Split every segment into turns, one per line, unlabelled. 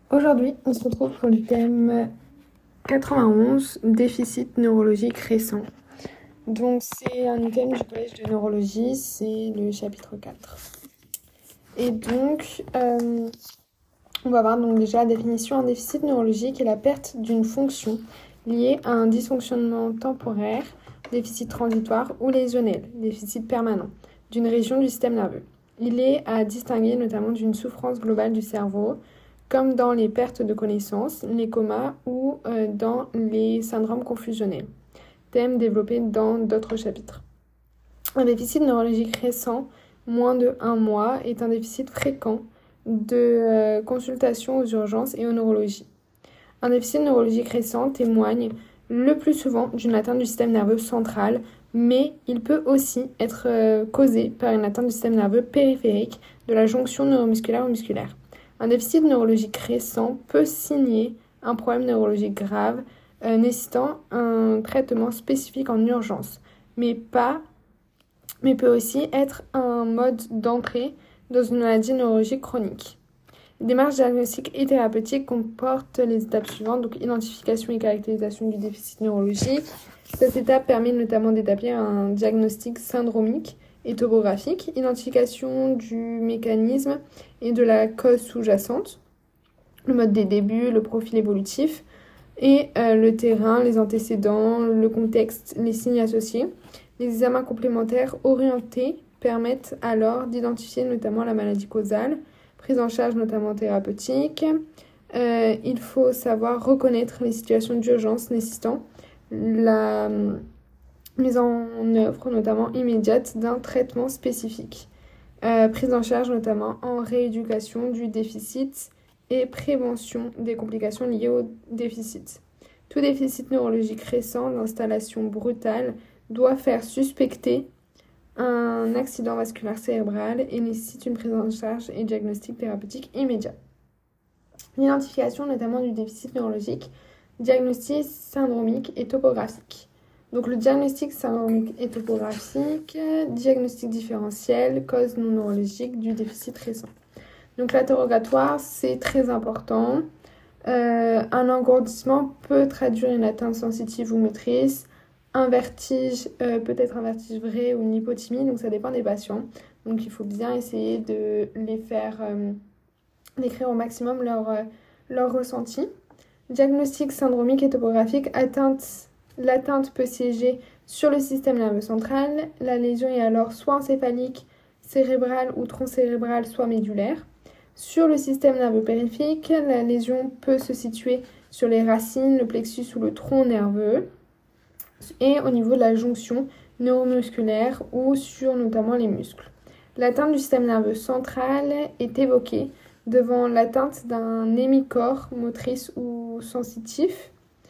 Aujourd'hui, on se retrouve pour le thème 91, déficit neurologique récent. Donc, c'est un thème du collège de neurologie, c'est le chapitre 4. Et donc, on va voir donc déjà la définition. Un déficit neurologique est la perte d'une fonction liée à un dysfonctionnement temporaire, déficit transitoire ou lésionnel, déficit permanent, d'une région du système nerveux. Il est à distinguer notamment d'une souffrance globale du cerveau, comme dans les pertes de connaissance, les comas ou dans les syndromes confusionnels, thème développé dans d'autres chapitres. Un déficit neurologique récent, moins de 1 mois, est un déficit fréquent de consultation aux urgences et aux neurologies. Un déficit neurologique récent témoigne le plus souvent d'une atteinte du système nerveux central, mais il peut aussi être causé par une atteinte du système nerveux périphérique de la jonction neuromusculaire ou musculaire. Un déficit neurologique récent peut signer un problème neurologique grave nécessitant un traitement spécifique en urgence, mais peut aussi être un mode d'entrée dans une maladie neurologique chronique. Les démarches diagnostiques et thérapeutiques comportent les étapes suivantes, donc identification et caractérisation du déficit neurologique. Cette étape permet notamment d'établir un diagnostic syndromique et topographique, identification du mécanisme et de la cause sous-jacente, le mode des débuts, le profil évolutif, et le terrain, les antécédents, le contexte, les signes associés. Les examens complémentaires orientés permettent alors d'identifier notamment la maladie causale, prise en charge notamment thérapeutique. Il faut savoir reconnaître les situations d'urgence nécessitant la mise en œuvre notamment immédiate d'un traitement spécifique. Prise en charge notamment en rééducation du déficit et prévention des complications liées au déficit. Tout déficit neurologique récent d'installation brutale doit faire suspecter un accident vasculaire cérébral et nécessite une prise en charge et diagnostic thérapeutique immédiat. L'identification notamment du déficit neurologique, diagnostic syndromique et topographique. Donc le diagnostic syndromique et topographique, diagnostic différentiel, cause non neurologique du déficit récent. Donc l'interrogatoire, c'est très important. Un engourdissement peut traduire une atteinte sensitive ou motrice. Un vertige peut être un vertige vrai ou une hypothymie, donc ça dépend des patients. Donc il faut bien essayer de les faire décrire au maximum leur ressenti. Diagnostic syndromique et topographique, l'atteinte peut siéger sur le système nerveux central. La lésion est alors soit encéphalique, cérébrale ou tronc cérébral, soit médulaire. Sur le système nerveux périphérique, la lésion peut se situer sur les racines, le plexus ou le tronc nerveux et au niveau de la jonction neuromusculaire ou sur notamment les muscles. L'atteinte du système nerveux central est évoquée devant l'atteinte d'un hémicorps motrice ou sensitif.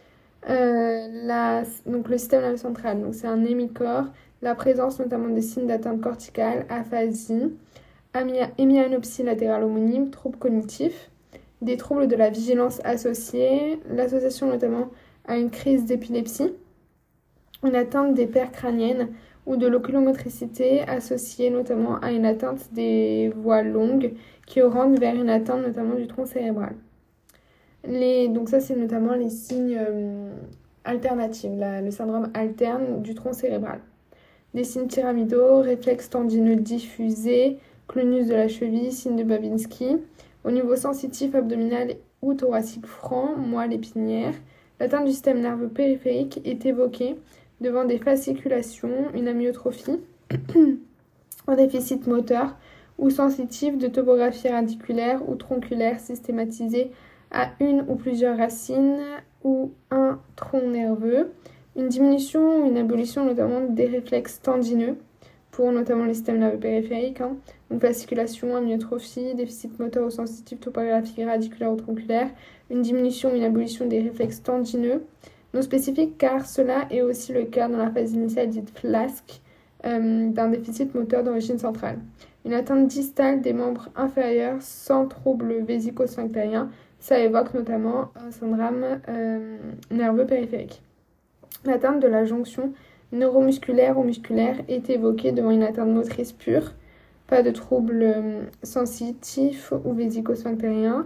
Donc le système nerveux central, donc c'est un hémicorps, la présence notamment des signes d'atteinte corticale, aphasie, hémianopsie latérale homonyme, troubles cognitifs, des troubles de la vigilance associés, l'association notamment à une crise d'épilepsie, une atteinte des paires crâniennes ou de l'oculomotricité associée notamment à une atteinte des voies longues qui orientent vers une atteinte notamment du tronc cérébral. Donc ça, c'est notamment les signes alternatifs, le syndrome alterne du tronc cérébral. Des signes pyramidaux, réflexes tendineux diffusés, clonus de la cheville, signe de Babinski. Au niveau sensitif, abdominal ou thoracique franc, moelle épinière. L'atteinte du système nerveux périphérique est évoquée devant des fasciculations, une amyotrophie, un déficit moteur ou sensitif de topographie radiculaire ou tronculaire systématisée à une ou plusieurs racines ou un tronc nerveux, une diminution ou une abolition notamment des réflexes tendineux pour notamment les systèmes nerveux périphériques, donc fasciculation, amyotrophie, déficit moteur ou sensitif topographique radiculaire ou tronculaire, une diminution ou une abolition des réflexes tendineux, non spécifique car cela est aussi le cas dans la phase initiale dite flasque d'un déficit moteur d'origine centrale. Une atteinte distale des membres inférieurs sans trouble vésico-sphinctérien, ça évoque notamment un syndrome nerveux périphérique. L'atteinte de la jonction neuromusculaire ou musculaire est évoquée devant une atteinte motrice pure, pas de trouble sensitif ou vésico-sphinctérien,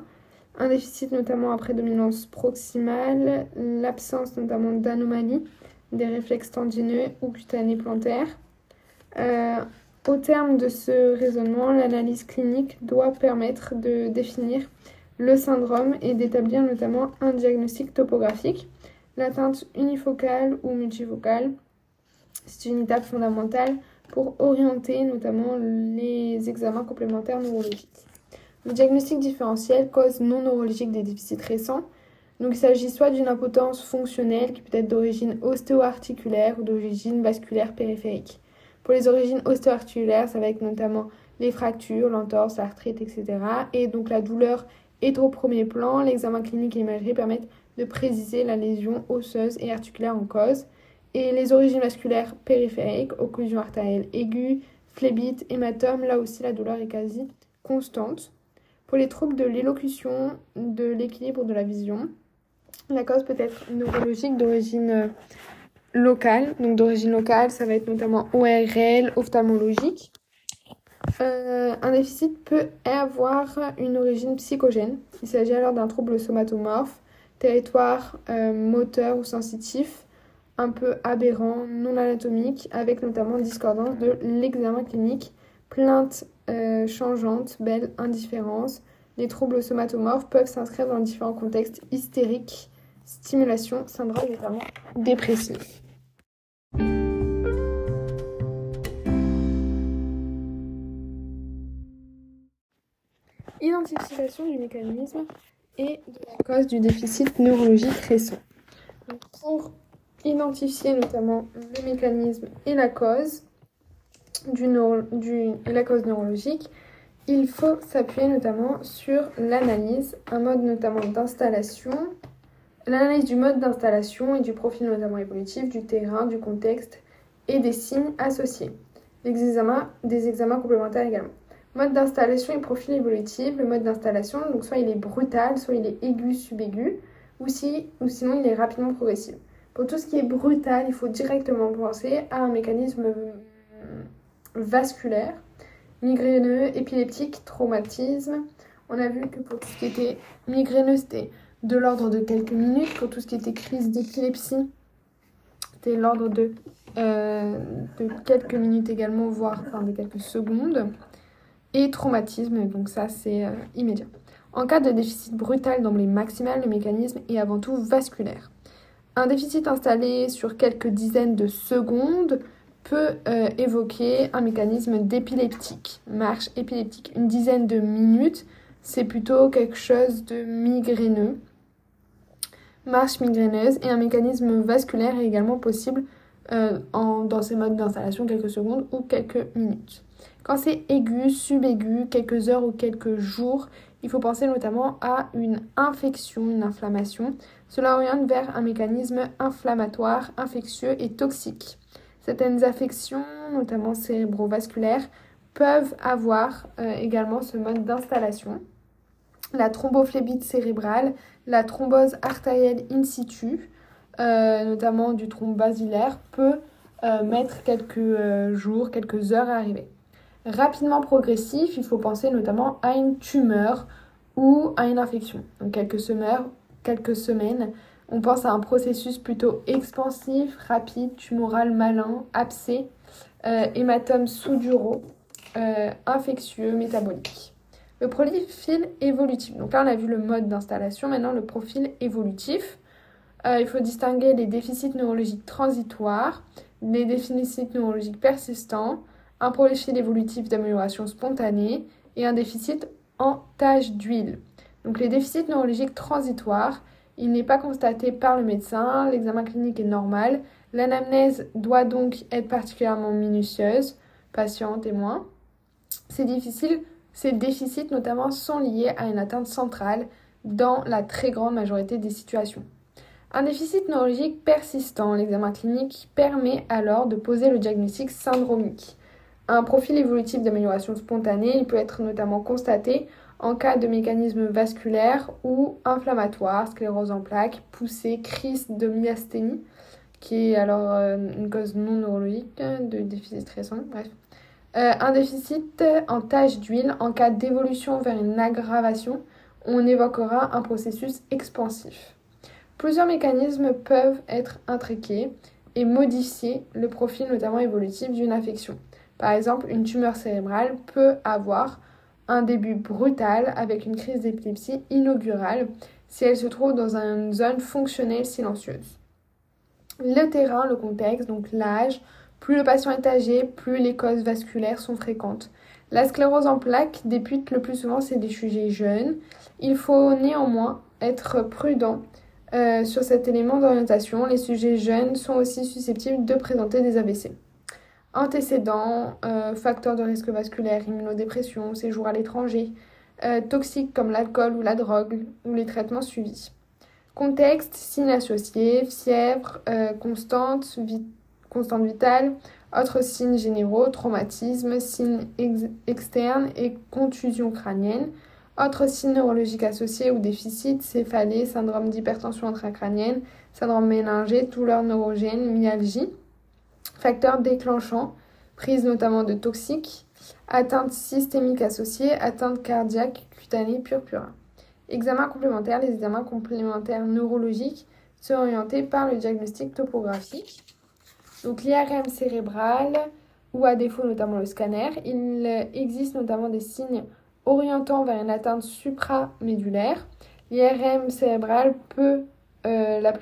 Un déficit notamment à prédominance proximale, l'absence notamment d'anomalies, des réflexes tendineux ou cutanés plantaires. Au terme de ce raisonnement, l'analyse clinique doit permettre de définir le syndrome et d'établir notamment un diagnostic topographique. L'atteinte unifocale ou multifocale, c'est une étape fondamentale pour orienter notamment les examens complémentaires neurologiques. Le diagnostic différentiel, cause non neurologique des déficits récents. Donc il s'agit soit d'une impotence fonctionnelle qui peut être d'origine ostéo-articulaire ou d'origine vasculaire périphérique. Pour les origines ostéo-articulaires, ça va être notamment les fractures, l'entorse, l'arthrite, etc. Et donc la douleur est au premier plan. L'examen clinique et l'imagerie permettent de préciser la lésion osseuse et articulaire en cause. Et les origines vasculaires périphériques, occlusion artérielle aiguë, phlébite, hématome, là aussi la douleur est quasi constante. Pour les troubles de l'élocution, de l'équilibre de la vision, la cause peut être neurologique d'origine locale. Donc d'origine locale, ça va être notamment ORL, ophtalmologique. Un déficit peut avoir une origine psychogène. Il s'agit alors d'un trouble somatomorphe, territoire moteur ou sensitif, un peu aberrant, non anatomique, avec notamment discordance de l'examen clinique, plainte changeante, belle, indifférence. Les troubles somatomorphes peuvent s'inscrire dans différents contextes hystériques, stimulation, syndrome notamment dépressif. Identification du mécanisme et de la cause du déficit neurologique récent. Donc, pour identifier notamment le mécanisme et la cause la cause neurologique, il faut s'appuyer notamment sur l'analyse, un mode notamment d'installation, l'analyse du mode d'installation et du profil notamment évolutif, du terrain, du contexte et des signes associés. Des examens complémentaires également. Mode d'installation et profil évolutif. Le mode d'installation, donc soit il est brutal, soit il est aigu, subaigu, ou sinon il est rapidement progressif. Pour tout ce qui est brutal, il faut directement penser à un mécanisme vasculaire, migraineux, épileptique, traumatisme. On a vu que pour tout ce qui était migraineux, c'était de l'ordre de quelques minutes. Pour tout ce qui était crise d'épilepsie, c'était l'ordre de quelques minutes également, voire de quelques secondes. Et traumatisme, donc ça c'est immédiat. En cas de déficit brutal d'emblée maximale, le mécanisme est avant tout vasculaire. Un déficit installé sur quelques dizaines de secondes peut évoquer un mécanisme d'épileptique, marche épileptique. Une dizaine de minutes, c'est plutôt quelque chose de migraineux, marche migraineuse, et un mécanisme vasculaire est également possible dans ces modes d'installation quelques secondes ou quelques minutes. Quand c'est aigu, subaigu, quelques heures ou quelques jours, il faut penser notamment à une infection, une inflammation. Cela oriente vers un mécanisme inflammatoire, infectieux et toxique. Certaines affections, notamment cérébrovasculaires, peuvent avoir également ce mode d'installation. La thrombophlébite cérébrale, la thrombose artérielle in situ, notamment du thrombe basilaire, peut mettre quelques jours, quelques heures à arriver. Rapidement progressif, il faut penser notamment à une tumeur ou à une infection. Donc quelques semaines, on pense à un processus plutôt expansif, rapide, tumoral malin, abcès, hématome sous-duraux, infectieux, métabolique. Le profil évolutif. Donc là, on a vu le mode d'installation. Maintenant, le profil évolutif. Il faut distinguer les déficits neurologiques transitoires, les déficits neurologiques persistants, un profil évolutif d'amélioration spontanée et un déficit en tache d'huile. Donc les déficits neurologiques transitoires, il n'est pas constaté par le médecin, l'examen clinique est normal, l'anamnèse doit donc être particulièrement minutieuse, patient, témoin. Ces déficits notamment sont liés à une atteinte centrale dans la très grande majorité des situations. Un déficit neurologique persistant, l'examen clinique permet alors de poser le diagnostic syndromique. Un profil évolutif d'amélioration spontanée, il peut être notamment constaté en cas de mécanisme vasculaire ou inflammatoire, sclérose en plaques, poussée, crise de myasthénie, qui est alors une cause non neurologique de déficit récent, bref. Un déficit en tache d'huile en cas d'évolution vers une aggravation on évoquera un processus expansif. Plusieurs mécanismes peuvent être intriqués et modifier le profil notamment évolutif d'une affection. Par exemple, une tumeur cérébrale peut avoir un début brutal avec une crise d'épilepsie inaugurale si elle se trouve dans une zone fonctionnelle silencieuse. Le terrain, le contexte, donc l'âge, plus le patient est âgé, plus les causes vasculaires sont fréquentes. La sclérose en plaques débute le plus souvent chez des sujets jeunes. Il faut néanmoins être prudent sur cet élément d'orientation. Les sujets jeunes sont aussi susceptibles de présenter des AVC. Antécédents, facteurs de risque vasculaire, immunodépression, séjour à l'étranger, toxiques comme l'alcool ou la drogue ou les traitements suivis. Contexte, signes associés, fièvre constante vitale, autres signes généraux, traumatisme, signes externes et contusion crânienne, autres signes neurologiques associés ou déficits, céphalée, syndrome d'hypertension intracrânienne, syndrome méningé, douleur neurogène, myalgie. Facteurs déclenchants, prise notamment de toxiques, atteinte systémique associée, atteinte cardiaque cutanée purpura. Examens complémentaires, les examens complémentaires neurologiques sont orientés par le diagnostic topographique. Donc l'IRM cérébral ou à défaut notamment le scanner, il existe notamment des signes orientant vers une atteinte supramédulaire. L'IRM cérébral peut l'IRM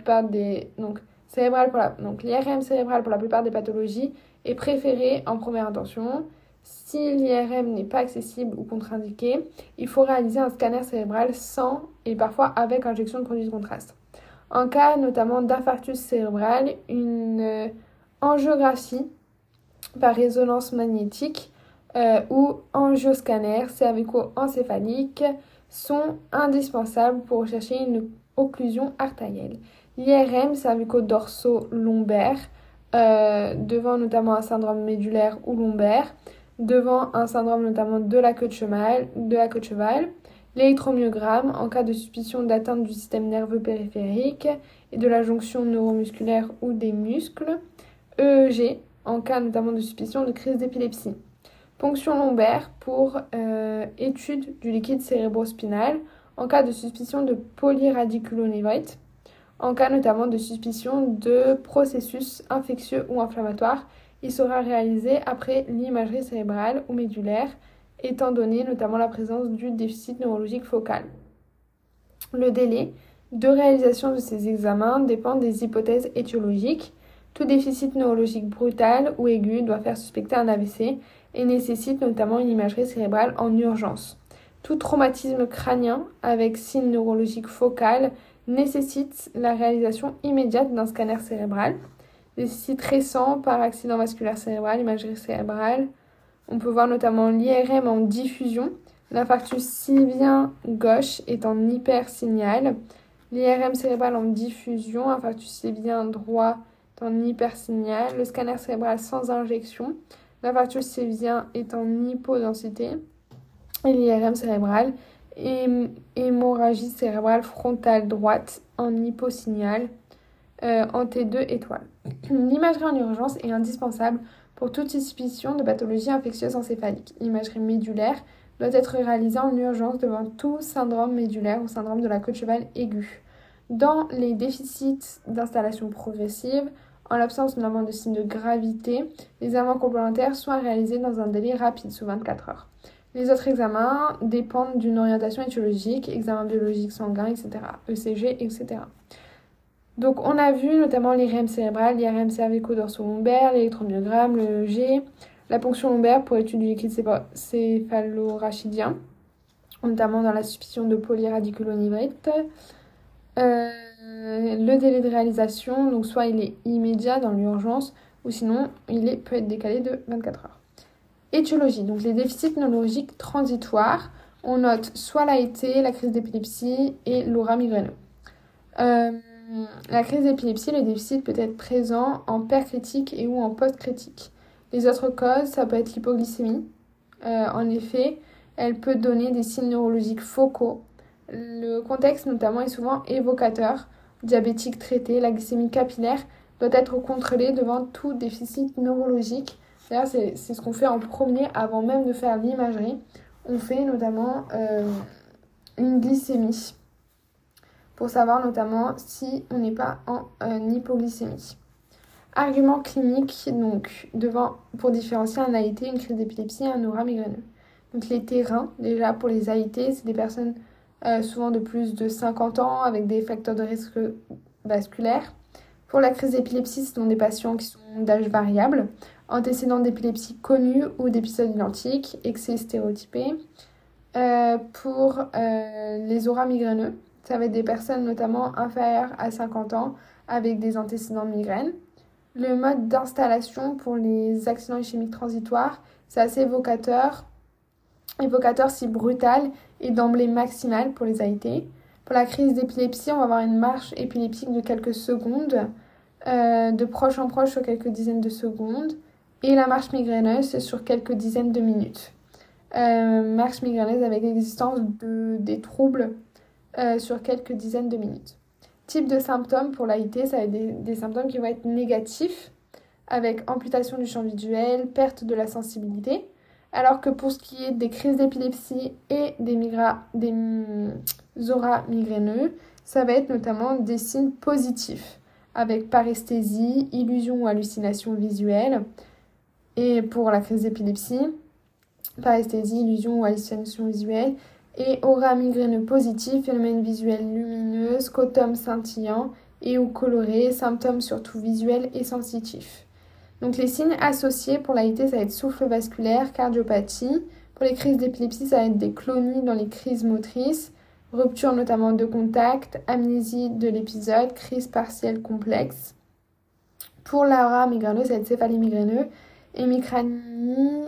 cérébral pour la plupart des pathologies est préféré en première intention. Si l'IRM n'est pas accessible ou contre-indiqué, il faut réaliser un scanner cérébral sans et parfois avec injection de produits de contraste. En cas notamment d'infarctus cérébral, une angiographie par résonance magnétique ou angioscanner cervico-encéphalique sont indispensables pour rechercher une occlusion artérielle. L'IRM cervico-dorso-lombaire, devant notamment un syndrome médulaire ou lombaire, devant un syndrome notamment de la queue de cheval. L'électromyogramme en cas de suspicion d'atteinte du système nerveux périphérique et de la jonction neuromusculaire ou des muscles. EEG en cas notamment de suspicion de crise d'épilepsie. Ponction lombaire pour étude du liquide cérébrospinal en cas de suspicion de polyradiculonévrite, en cas notamment de suspicion de processus infectieux ou inflammatoire. Il sera réalisé après l'imagerie cérébrale ou médulaire, étant donné notamment la présence du déficit neurologique focal. Le délai de réalisation de ces examens dépend des hypothèses étiologiques. Tout déficit neurologique brutal ou aigu doit faire suspecter un AVC et nécessite notamment une imagerie cérébrale en urgence. Tout traumatisme crânien avec signe neurologique focal nécessite la réalisation immédiate d'un scanner cérébral. Déficit récent par accident vasculaire cérébral, imagerie cérébrale. On peut voir notamment l'IRM en diffusion. L'infarctus sylvien gauche est en hypersignal. L'IRM cérébral en diffusion, infarctus sylvien droit est en hypersignal. Le scanner cérébral sans injection. L'infarctus sylvien est en hypodensité. Et l'IRM cérébral, hémorragie cérébrale frontale droite en hyposignal, en T2 étoile. L'imagerie en urgence est indispensable pour toute suspicion de pathologie infectieuse encéphalique. L'imagerie médulaire doit être réalisée en urgence devant tout syndrome médulaire ou syndrome de la queue de cheval aigu. Dans les déficits d'installation progressive, en l'absence notamment de signes de gravité, les examens complémentaires sont réalisés dans un délai rapide, sous 24 heures. Les autres examens dépendent d'une orientation étiologique, examen biologique sanguin, etc., ECG, etc. Donc on a vu notamment l'IRM cérébral, l'IRM cervico-dorso-lombaire, l'électromyogramme, le EEG, la ponction lombaire pour étude du liquide céphalorachidien, notamment dans la suspicion de polyradiculonévrite. Le délai de réalisation, donc soit il est immédiat dans l'urgence, ou sinon peut être décalé de 24 heures. Étiologie, donc les déficits neurologiques transitoires, on note soit l'AET, la crise d'épilepsie et l'aura migraineux. La crise d'épilepsie, le déficit peut être présent en péricritique et ou en post-critique. Les autres causes, ça peut être l'hypoglycémie. En effet, elle peut donner des signes neurologiques focaux. Le contexte notamment est souvent évocateur. Diabétique traité, la glycémie capillaire doit être contrôlée devant tout déficit neurologique. D'ailleurs, c'est ce qu'on fait en premier avant même de faire l'imagerie. On fait notamment une glycémie, pour savoir notamment si on n'est pas en hypoglycémie. Argument clinique, donc, pour différencier un AIT, une crise d'épilepsie et un aura migraineux. Donc les terrains, déjà pour les AIT, c'est des personnes souvent de plus de 50 ans avec des facteurs de risque vasculaires. Pour la crise d'épilepsie, ce sont des patients qui sont d'âge variable, antécédents d'épilepsie connus ou d'épisodes identiques, excès stéréotypés. Pour les auras migraineux, ça va être des personnes notamment inférieures à 50 ans avec des antécédents de migraine. Le mode d'installation pour les accidents ischémiques transitoires, c'est assez évocateur si brutal et d'emblée maximale pour les AIT. Pour la crise d'épilepsie, on va avoir une marche épileptique de quelques secondes, de proche en proche sur quelques dizaines de secondes. Et la marche migraineuse, c'est sur quelques dizaines de minutes. Marche migraineuse avec l'existence des troubles sur quelques dizaines de minutes. Type de symptômes pour l'AIT, ça va être des symptômes qui vont être négatifs, avec amputation du champ visuel, perte de la sensibilité. Alors que pour ce qui est des crises d'épilepsie et des auras migraineux, ça va être notamment des signes positifs, avec paresthésie, illusion ou hallucination visuelle. Et pour la crise d'épilepsie, paresthésie, illusion ou hallucination visuelle. Et aura migraineux positif, phénomène visuel lumineux, scotum scintillant et ou coloré, symptômes surtout visuels et sensitifs. Donc les signes associés pour l'AIT, ça va être souffle vasculaire, cardiopathie. Pour les crises d'épilepsie, ça va être des clonies dans les crises motrices, rupture notamment de contact, amnésie de l'épisode, crise partielle complexe. Pour l'aura migraineuse, ça va être céphalie migraineux, hémicranie,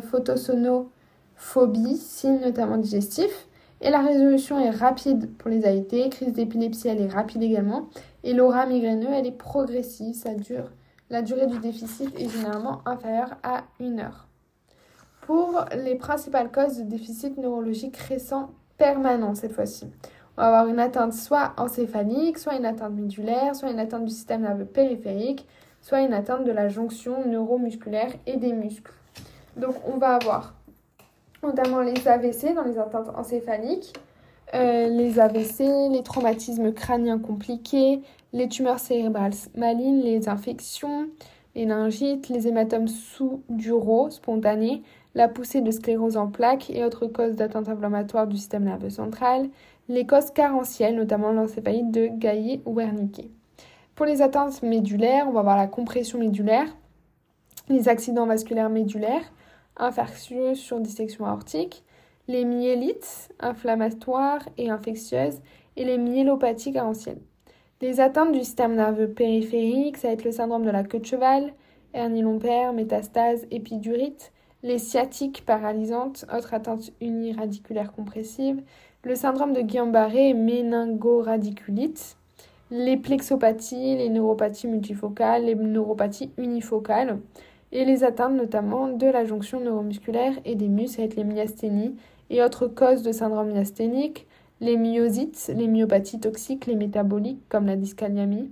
photosonophobie, signes notamment digestifs. Et la résolution est rapide pour les AIT, crise d'épilepsie, elle est rapide également. Et l'aura migraineux, elle est progressive, la durée du déficit est généralement inférieure à 1 heure. Pour les principales causes de déficit neurologique récent permanent cette fois-ci, on va avoir une atteinte soit encéphalique, soit une atteinte médulaire, soit une atteinte du système nerveux périphérique, soit une atteinte de la jonction neuromusculaire et des muscles. Donc on va avoir notamment les AVC dans les atteintes encéphaliques, les AVC, les traumatismes crâniens compliqués, les tumeurs cérébrales malignes, les infections, les laryngites, les hématomes sous-duraux spontanés, la poussée de sclérose en plaques et autres causes d'atteinte inflammatoire du système nerveux central, les causes carentielles, notamment l'encéphalite de Gaillet ou Wernicke. Pour les atteintes médulaires, on va avoir la compression médulaire, les accidents vasculaires médulaires, infarctieux sur dissection aortique, les myélites inflammatoires et infectieuses et les myélopathies carentielles. Les atteintes du système nerveux périphérique, ça va être le syndrome de la queue de cheval, hernie lombaire, métastase, épidurite, les sciatiques paralysantes, autres atteintes uniradiculaires compressives, le syndrome de Guillain-Barré et méningo-radiculite, les plexopathies, les neuropathies multifocales, les neuropathies unifocales, et les atteintes notamment de la jonction neuromusculaire et des muscles, ça va être les myasthénies et autres causes de syndrome myasthénique, les myosites, les myopathies toxiques, les métaboliques comme la dyskaliémie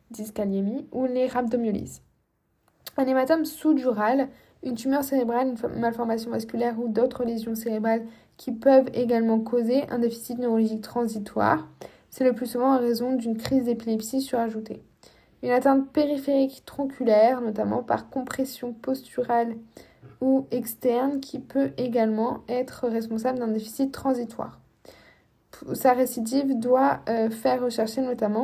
ou les rhabdomyolyses. Un hématome sous-dural, une tumeur cérébrale, une malformation vasculaire ou d'autres lésions cérébrales qui peuvent également causer un déficit neurologique transitoire. C'est le plus souvent en raison d'une crise d'épilepsie surajoutée. Une atteinte périphérique tronculaire, notamment par compression posturale ou externe, qui peut également être responsable d'un déficit transitoire. Sa récidive doit faire rechercher notamment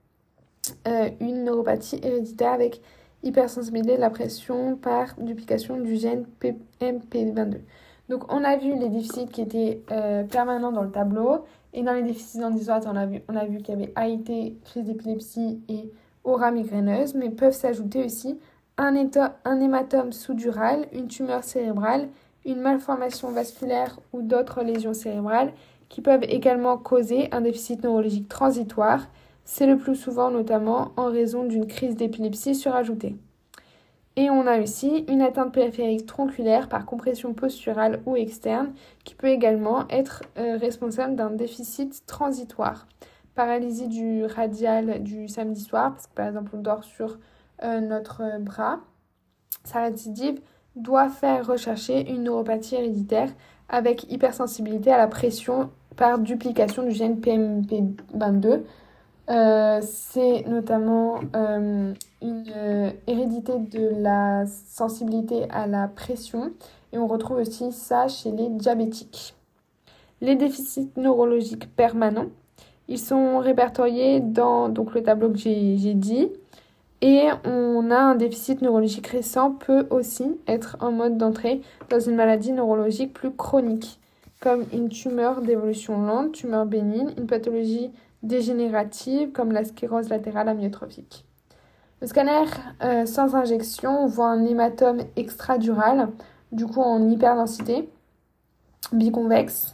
une neuropathie héréditaire avec hypersensibilité de la pression par duplication du gène MP22. Donc on a vu les déficits qui étaient permanents dans le tableau, et dans les déficits transitoire, on a vu qu'il y avait AIT, crise d'épilepsie et aura migraineuse, mais peuvent s'ajouter aussi un hématome sous-dural, une tumeur cérébrale, une malformation vasculaire ou d'autres lésions cérébrales qui peuvent également causer un déficit neurologique transitoire. C'est le plus souvent notamment en raison d'une crise d'épilepsie surajoutée. Et on a aussi une atteinte périphérique tronculaire par compression posturale ou externe qui peut également être responsable d'un déficit transitoire. Paralysie du radial du samedi soir, parce que par exemple on dort sur notre bras. Sa récidive doit faire rechercher une neuropathie héréditaire avec hypersensibilité à la pression par duplication du gène PMP22. C'est notamment une hérédité de la sensibilité à la pression et on retrouve aussi ça chez les diabétiques. Les déficits neurologiques permanents, ils sont répertoriés dans donc, le tableau que j'ai dit et on a un déficit neurologique récent peut aussi être en mode d'entrée dans une maladie neurologique plus chronique comme une tumeur d'évolution lente, tumeur bénigne, une pathologie dégénérative comme la sclérose latérale amyotrophique. Le scanner sans injection, on voit un hématome extradural, du coup en hyperdensité, biconvexe,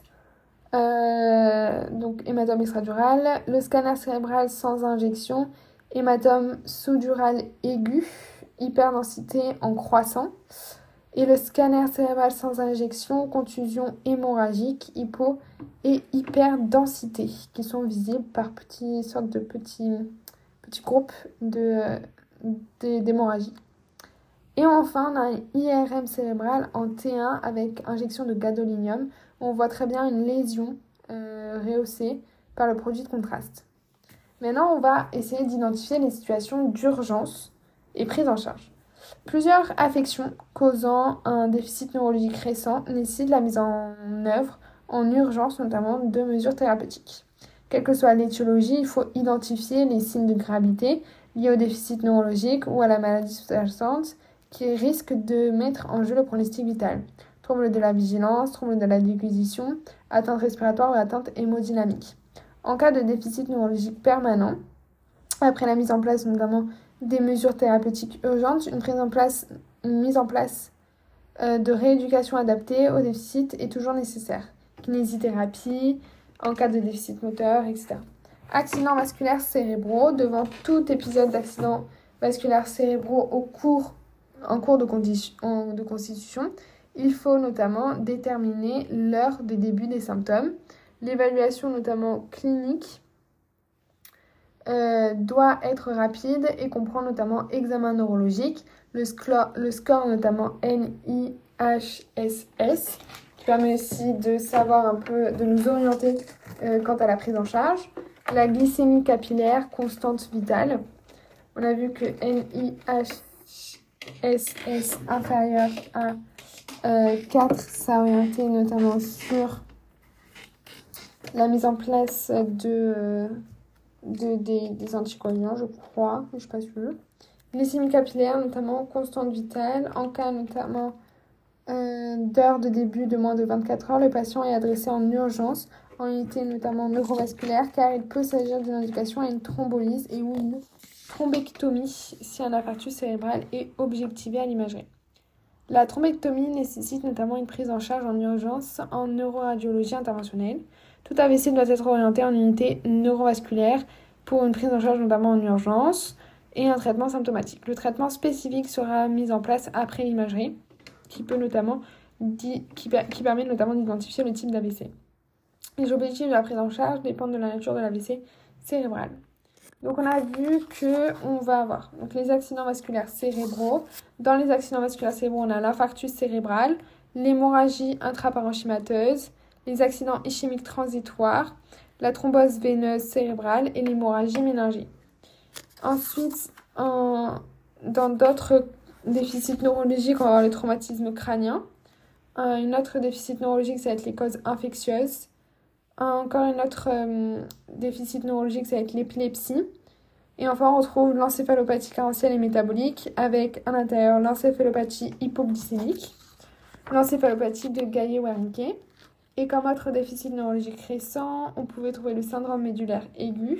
donc hématome extradural. Le scanner cérébral sans injection, hématome sous-dural aigu, hyperdensité en croissant. Et le scanner cérébral sans injection, contusion hémorragique, hypo et hyperdensité, qui sont visibles par sortes de petits groupes d'hémorragie. Et enfin, on a un IRM cérébral en T1 avec injection de gadolinium. Où on voit très bien une lésion rehaussée par le produit de contraste. Maintenant, on va essayer d'identifier les situations d'urgence et prise en charge. Plusieurs affections causant un déficit neurologique récent nécessitent la mise en œuvre en urgence, notamment de mesures thérapeutiques. Quelle que soit l'étiologie, il faut identifier les signes de gravité liés au déficit neurologique ou à la maladie sous-jacente qui risquent de mettre en jeu le pronostic vital. Troubles de la vigilance, troubles de la déglutition, atteinte respiratoire ou atteinte hémodynamique. En cas de déficit neurologique permanent, après la mise en place notamment des mesures thérapeutiques urgentes, une mise en place de rééducation adaptée au déficit est toujours nécessaire. Kinésithérapie, en cas de déficit moteur, etc. Accidents vasculaires cérébraux. Devant tout épisode d'accident vasculaire cérébraux en cours de constitution, il faut notamment déterminer l'heure de début des symptômes. L'évaluation notamment clinique doit être rapide et comprend notamment examen neurologique, le score notamment NIHSS, qui permet aussi de savoir un peu, de nous orienter quant à la prise en charge, la glycémie capillaire constante vitale. On a vu que NIHSS inférieur à 4, ça orientait notamment sur la mise en place des anticoagulants, je crois, je ne suis pas sûre. Glycémie capillaire, notamment constante vitale. En cas notamment d'heure de début de moins de 24 heures, le patient est adressé en urgence, en unité notamment neurovasculaire, car il peut s'agir d'une indication à une thrombolyse et ou une thrombectomie si un infarctus cérébral est objectivé à l'imagerie. La thrombectomie nécessite notamment une prise en charge en urgence en neuroradiologie interventionnelle. Tout AVC doit être orienté en unité neurovasculaire pour une prise en charge notamment en urgence et un traitement symptomatique. Le traitement spécifique sera mis en place après l'imagerie qui permet notamment d'identifier le type d'AVC. Les objectifs de la prise en charge dépendent de la nature de l'AVC cérébral. Donc on a vu qu'on va avoir donc, les accidents vasculaires cérébraux. Dans les accidents vasculaires cérébraux, on a l'infarctus cérébral, l'hémorragie intraparenchymateuse, les accidents ischémiques transitoires, la thrombose veineuse cérébrale et l'hémorragie méningée. Ensuite, dans d'autres déficits neurologiques, on va avoir le traumatisme crânien. Une autre déficit neurologique, ça va être les causes infectieuses. Encore une autre déficit neurologique, ça va être l'épilepsie. Et enfin, on retrouve l'encéphalopathie carentielle et métabolique avec à l'intérieur l'encéphalopathie hypoglycémique, l'encéphalopathie de Guyer-Wernicke. Et comme autre déficit neurologique récent, on pouvait trouver le syndrome médulaire aigu.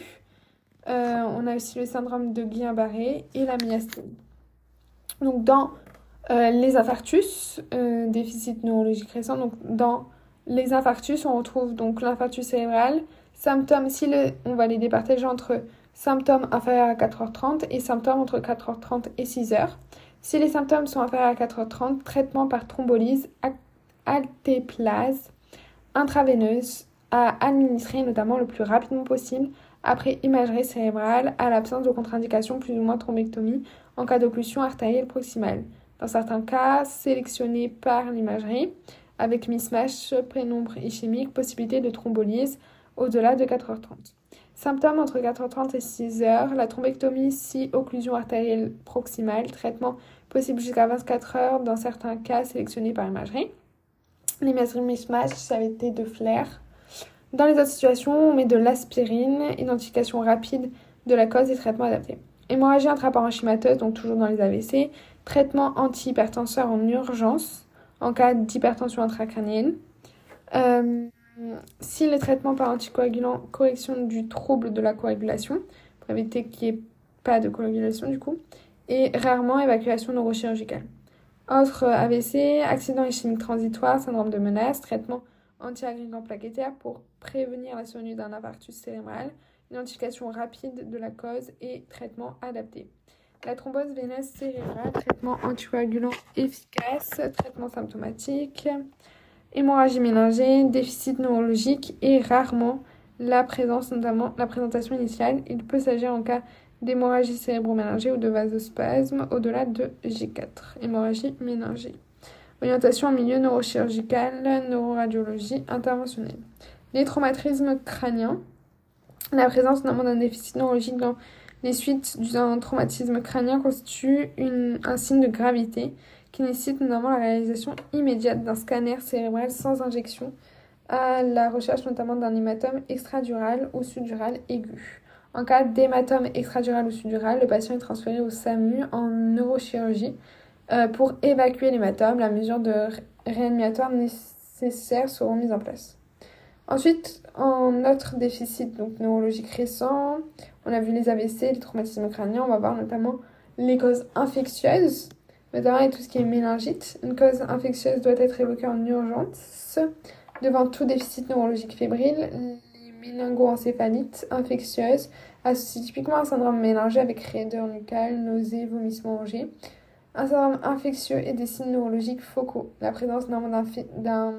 On a aussi le syndrome de Guillain-Barré et la myasthénie. Donc dans les infarctus, déficit neurologique récent, donc dans les infarctus, on retrouve donc l'infarctus cérébral, symptômes, on va les départager entre symptômes inférieurs à 4h30 et symptômes entre 4h30 et 6h. Si les symptômes sont inférieurs à 4h30, traitement par thrombolyse, altéplase intraveineuse à administrer notamment le plus rapidement possible après imagerie cérébrale à l'absence de contre-indication plus ou moins thrombectomie en cas d'occlusion artérielle proximale. Dans certains cas, sélectionnés par l'imagerie, avec mismatch, pénombre ischémique, possibilité de thrombolyse au-delà de 4h30. Symptômes entre 4h30 et 6h, la thrombectomie si occlusion artérielle proximale, traitement possible jusqu'à 24 heures dans certains cas sélectionnés par imagerie. L'imagerie mismatch, ça avait été de flair. Dans les autres situations, on met de l'aspirine, identification rapide de la cause et traitement adapté. Hémorragie intraparenchymateuse, donc toujours dans les AVC, traitement antihypertenseur en urgence en cas d'hypertension intracrânienne. Si le traitement par anticoagulant, correction du trouble de la coagulation, pour éviter qu'il n'y ait pas de coagulation du coup, et rarement évacuation neurochirurgicale. Autre AVC, accident ischémique transitoire, syndrome de menace, traitement anti-agrégant plaquettaire pour prévenir la survenue d'un infarctus cérébral, identification rapide de la cause et traitement adapté. La thrombose veineuse cérébrale, traitement anticoagulant efficace, traitement symptomatique, hémorragie méningée, déficit neurologique et rarement la présentation initiale. Il peut s'agir en cas d'hémorragie cérébro-méningée ou de vasospasme au-delà de G4. Hémorragie méningée. Orientation en milieu neurochirurgical, neuroradiologie interventionnelle. Les traumatismes crâniens. La présence notamment d'un déficit neurologique dans les suites d'un traumatisme crânien constitue un signe de gravité qui nécessite notamment la réalisation immédiate d'un scanner cérébral sans injection à la recherche notamment d'un hématome extradural ou suddural aigu. En cas d'hématome extradural ou suddural, le patient est transféré au SAMU en neurochirurgie pour évacuer l'hématome. La mesure de réanimatoire nécessaire seront mises en place. Ensuite, en autre déficit donc neurologique récent, on a vu les AVC, les traumatismes crâniens, on va voir notamment les causes infectieuses, notamment et tout ce qui est méningite. Une cause infectieuse doit être évoquée en urgence devant tout déficit neurologique fébrile. Les méningoencéphalites infectieuses associent typiquement un syndrome mélangé avec raideur nucale, nausées, vomissements rongés. Un syndrome infectieux et des signes neurologiques focaux. La présence d'un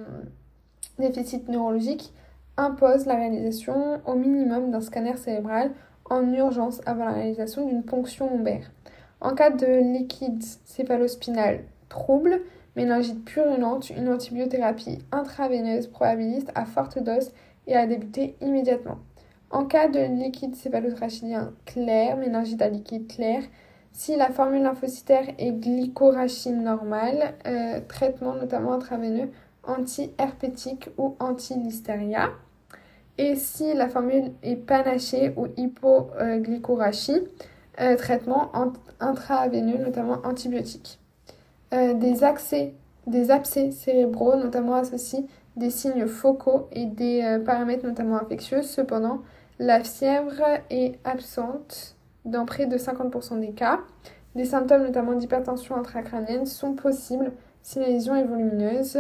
déficit neurologique impose la réalisation au minimum d'un scanner cérébral en urgence avant la réalisation d'une ponction lombaire. En cas de liquide céphalospinal trouble, méningite purulente, une antibiothérapie intraveineuse probabiliste à forte dose et à débuter immédiatement. En cas de liquide céphalorachidien clair, méningite à liquide clair, si la formule lymphocytaire est glycorachine normale, traitement notamment intraveineux anti-herpétique ou anti-listeria. Et si la formule est panachée ou hypoglycorachie, traitement intraveineux, notamment antibiotique. Des abcès cérébraux, notamment associent des signes focaux et des paramètres notamment infectieux. Cependant, la fièvre est absente dans près de 50% des cas. Des symptômes notamment d'hypertension intracrânienne sont possibles si la lésion est volumineuse.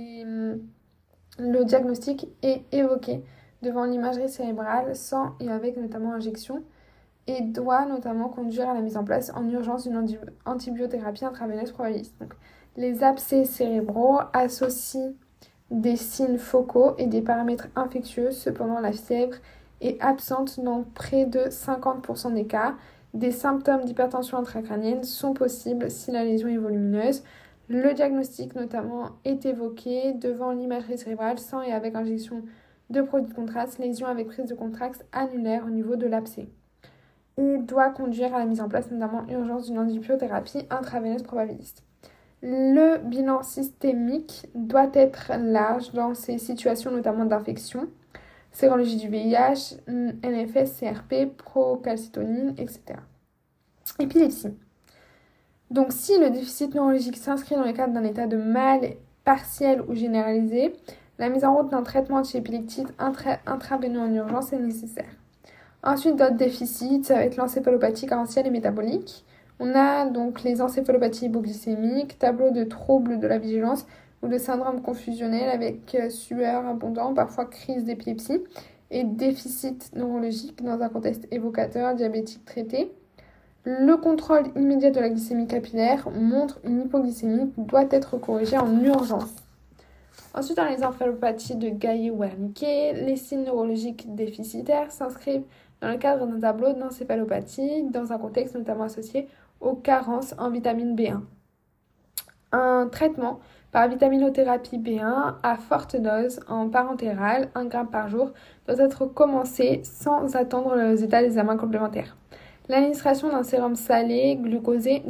Le diagnostic est évoqué devant l'imagerie cérébrale sans et avec notamment injection et doit notamment conduire à la mise en place en urgence d'une antibiothérapie intraveineuse probabiliste. Donc, les abcès cérébraux associent des signes focaux et des paramètres infectieux. Cependant, la fièvre est absente dans près de 50% des cas. Des symptômes d'hypertension intracrânienne sont possibles si la lésion est volumineuse. Le diagnostic notamment est évoqué devant l'imagerie cérébrale sans et avec injection de produits de contraste, lésion avec prise de contraste annulaire au niveau de l'abcès. Et doit conduire à la mise en place notamment urgence d'une antibiothérapie intraveineuse probabiliste. Le bilan systémique doit être large dans ces situations notamment d'infection, sérologie du VIH, NFS, CRP, procalcitonine, etc. Épilepsie. Donc, si le déficit neurologique s'inscrit dans le cadre d'un état de mal partiel ou généralisé, la mise en route d'un traitement antiépileptique intraveineux en urgence est nécessaire. Ensuite, d'autres déficits, ça va être l'encéphalopathie carentielle et métabolique. On a donc les encéphalopathies hypoglycémiques, tableau de troubles de la vigilance ou de syndrome confusionnel avec sueur abondante, parfois crise d'épilepsie, et déficit neurologique dans un contexte évocateur diabétique traité. Le contrôle immédiat de la glycémie capillaire montre une hypoglycémie qui doit être corrigée en urgence. Ensuite, dans les encéphalopathies de Gaillet-Wernicke, les signes neurologiques déficitaires s'inscrivent dans le cadre d'un tableau d'encéphalopathie dans un contexte notamment associé aux carences en vitamine B1. Un traitement par vitaminothérapie B1 à forte dose en parentérale, 1 g par jour, doit être commencée sans attendre le résultat d'examen complémentaires. L'administration d'un sérum glucosé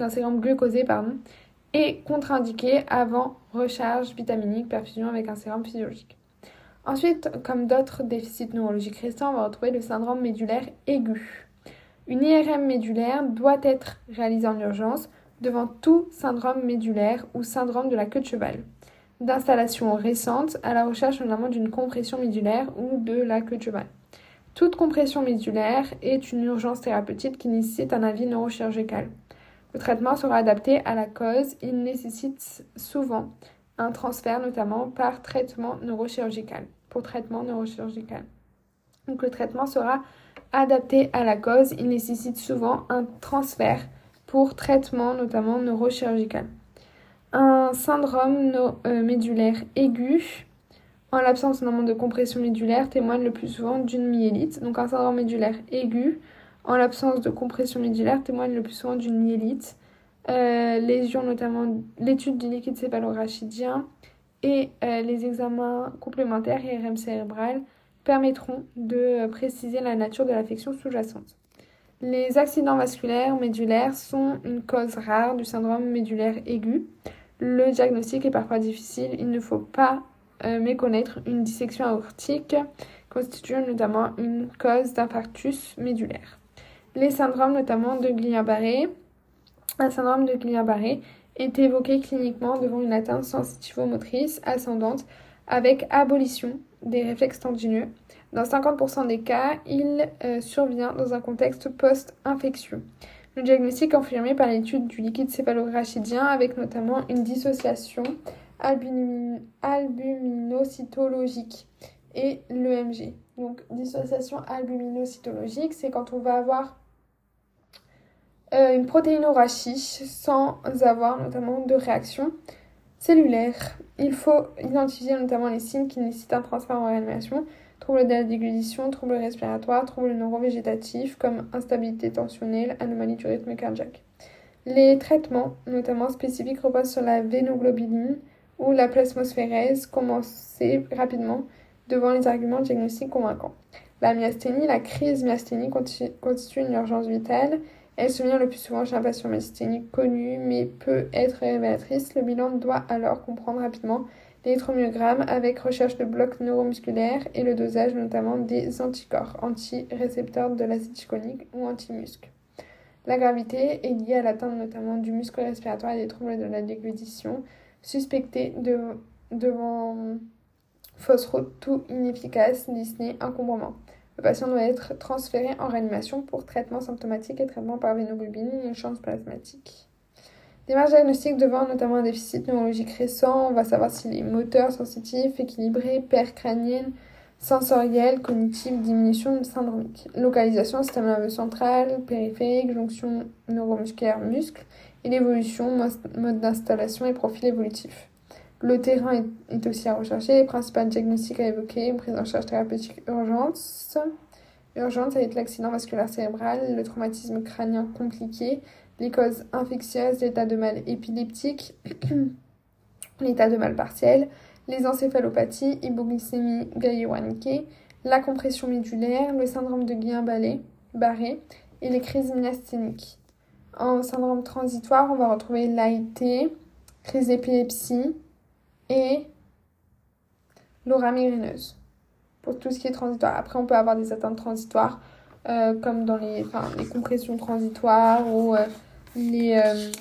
est contre-indiquée avant recharge vitaminique perfusion avec un sérum physiologique. Ensuite, comme d'autres déficits neurologiques récents, on va retrouver le syndrome médulaire aigu. Une IRM médulaire doit être réalisée en urgence devant tout syndrome médulaire ou syndrome de la queue de cheval, d'installation récente à la recherche notamment d'une compression médulaire ou de la queue de cheval. Toute compression médulaire est une urgence thérapeutique qui nécessite un avis neurochirurgical. Le traitement sera adapté à la cause. Il nécessite souvent un transfert, notamment par traitement neurochirurgical, pour traitement neurochirurgical. Donc le traitement sera adapté à la cause. Il nécessite souvent un transfert pour traitement, notamment neurochirurgical. Un syndrome médulaire aigu, en l'absence notamment de compression médulaire, témoigne le plus souvent d'une myélite. Donc un syndrome médulaire aigu, en l'absence de compression médulaire, témoigne le plus souvent d'une myélite. Lésions, notamment l'étude du liquide céphalorachidien et les examens complémentaires IRM cérébral permettront de préciser la nature de l'affection sous-jacente. Les accidents vasculaires médulaires sont une cause rare du syndrome médulaire aigu. Le diagnostic est parfois difficile. Il ne faut pas méconnaître une dissection aortique constituant notamment une cause d'infarctus médulaire. Les syndromes notamment de Guillain-Barré. Un syndrome de Guillain-Barré est évoqué cliniquement devant une atteinte sensitivo-motrice ascendante avec abolition des réflexes tendineux. Dans 50% des cas, il survient dans un contexte post-infectieux. Le diagnostic est confirmé par l'étude du liquide céphalorachidien avec notamment une dissociation albuminocytologique et l'EMG. Donc, dissociation albuminocytologique, c'est quand on va avoir une protéinorachie sans avoir notamment de réaction cellulaire. Il faut identifier notamment les signes qui nécessitent un transfert en réanimation, troubles de la déglutition, troubles respiratoires, troubles neurovégétatifs comme instabilité tensionnelle, anomalie du rythme cardiaque. Les traitements, notamment spécifiques, reposent sur la vénoglobuline ou la plasmosphérèse, commencés rapidement devant les arguments diagnostiques convaincants. La myasthénie, la crise myasthénique constitue une urgence vitale. Elle survient le plus souvent chez un patient myasthénique connu, mais peut être révélatrice. Le bilan doit alors comprendre rapidement l'électromyogramme avec recherche de blocs neuromusculaires et le dosage notamment des anticorps, anti-récepteurs de l'acide cholique ou anti-muscle. La gravité est liée à l'atteinte notamment du muscle respiratoire et des troubles de la déglutition, suspectés devant fausse route, tout inefficace, dyspnée, encombrement. Le patient doit être transféré en réanimation pour traitement symptomatique et traitement par vénoglobine et échange plasmatique. Démarche diagnostique devant notamment un déficit neurologique récent, on va savoir s'il est moteur, sensitif, équilibré, perte crânienne, sensorielle, cognitive, diminution syndromique. Localisation, système nerveux central, périphérique, jonction neuromusculaire, muscle, et l'évolution, mode d'installation et profil évolutif. Le terrain est aussi à rechercher, les principaux diagnostics à évoquer, une prise en charge thérapeutique urgence avec l'accident vasculaire cérébral, le traumatisme crânien compliqué, les causes infectieuses, l'état de mal épileptique, l'état de mal partiel, les encéphalopathies, hypoglycémie Guillain-Barré, la compression médulaire, le syndrome de Guillain-Barré et les crises myasthéniques. En syndrome transitoire, on va retrouver l'AIT, crise d'épilepsie et l'aura migraineuse pour tout ce qui est transitoire. Après, on peut avoir des atteintes transitoires comme dans les compressions transitoires ou les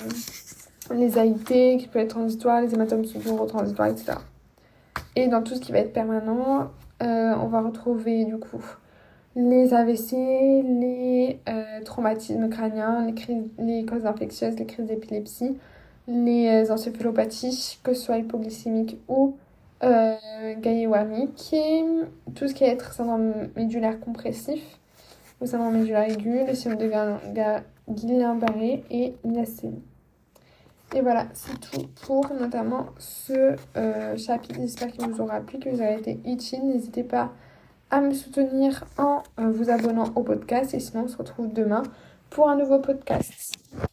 AIT qui peuvent être transitoires, les hématomes sous-duraux transitoires, etc. Et dans tout ce qui va être permanent, on va retrouver du coup les AVC, les traumatismes crâniens, les causes infectieuses, les crises d'épilepsie, les encéphalopathies, que ce soit hypoglycémique ou Guillain-Barré, tout ce qui va être syndrome médulaire compressif, le syndrome médulaire aigu, le syndrome de Guillain-Barré et myasthénie. Et voilà, c'est tout pour notamment ce chapitre. J'espère qu'il vous aura plu, que vous aurez été utile. N'hésitez pas à me soutenir en vous abonnant au podcast. Et sinon, on se retrouve demain pour un nouveau podcast.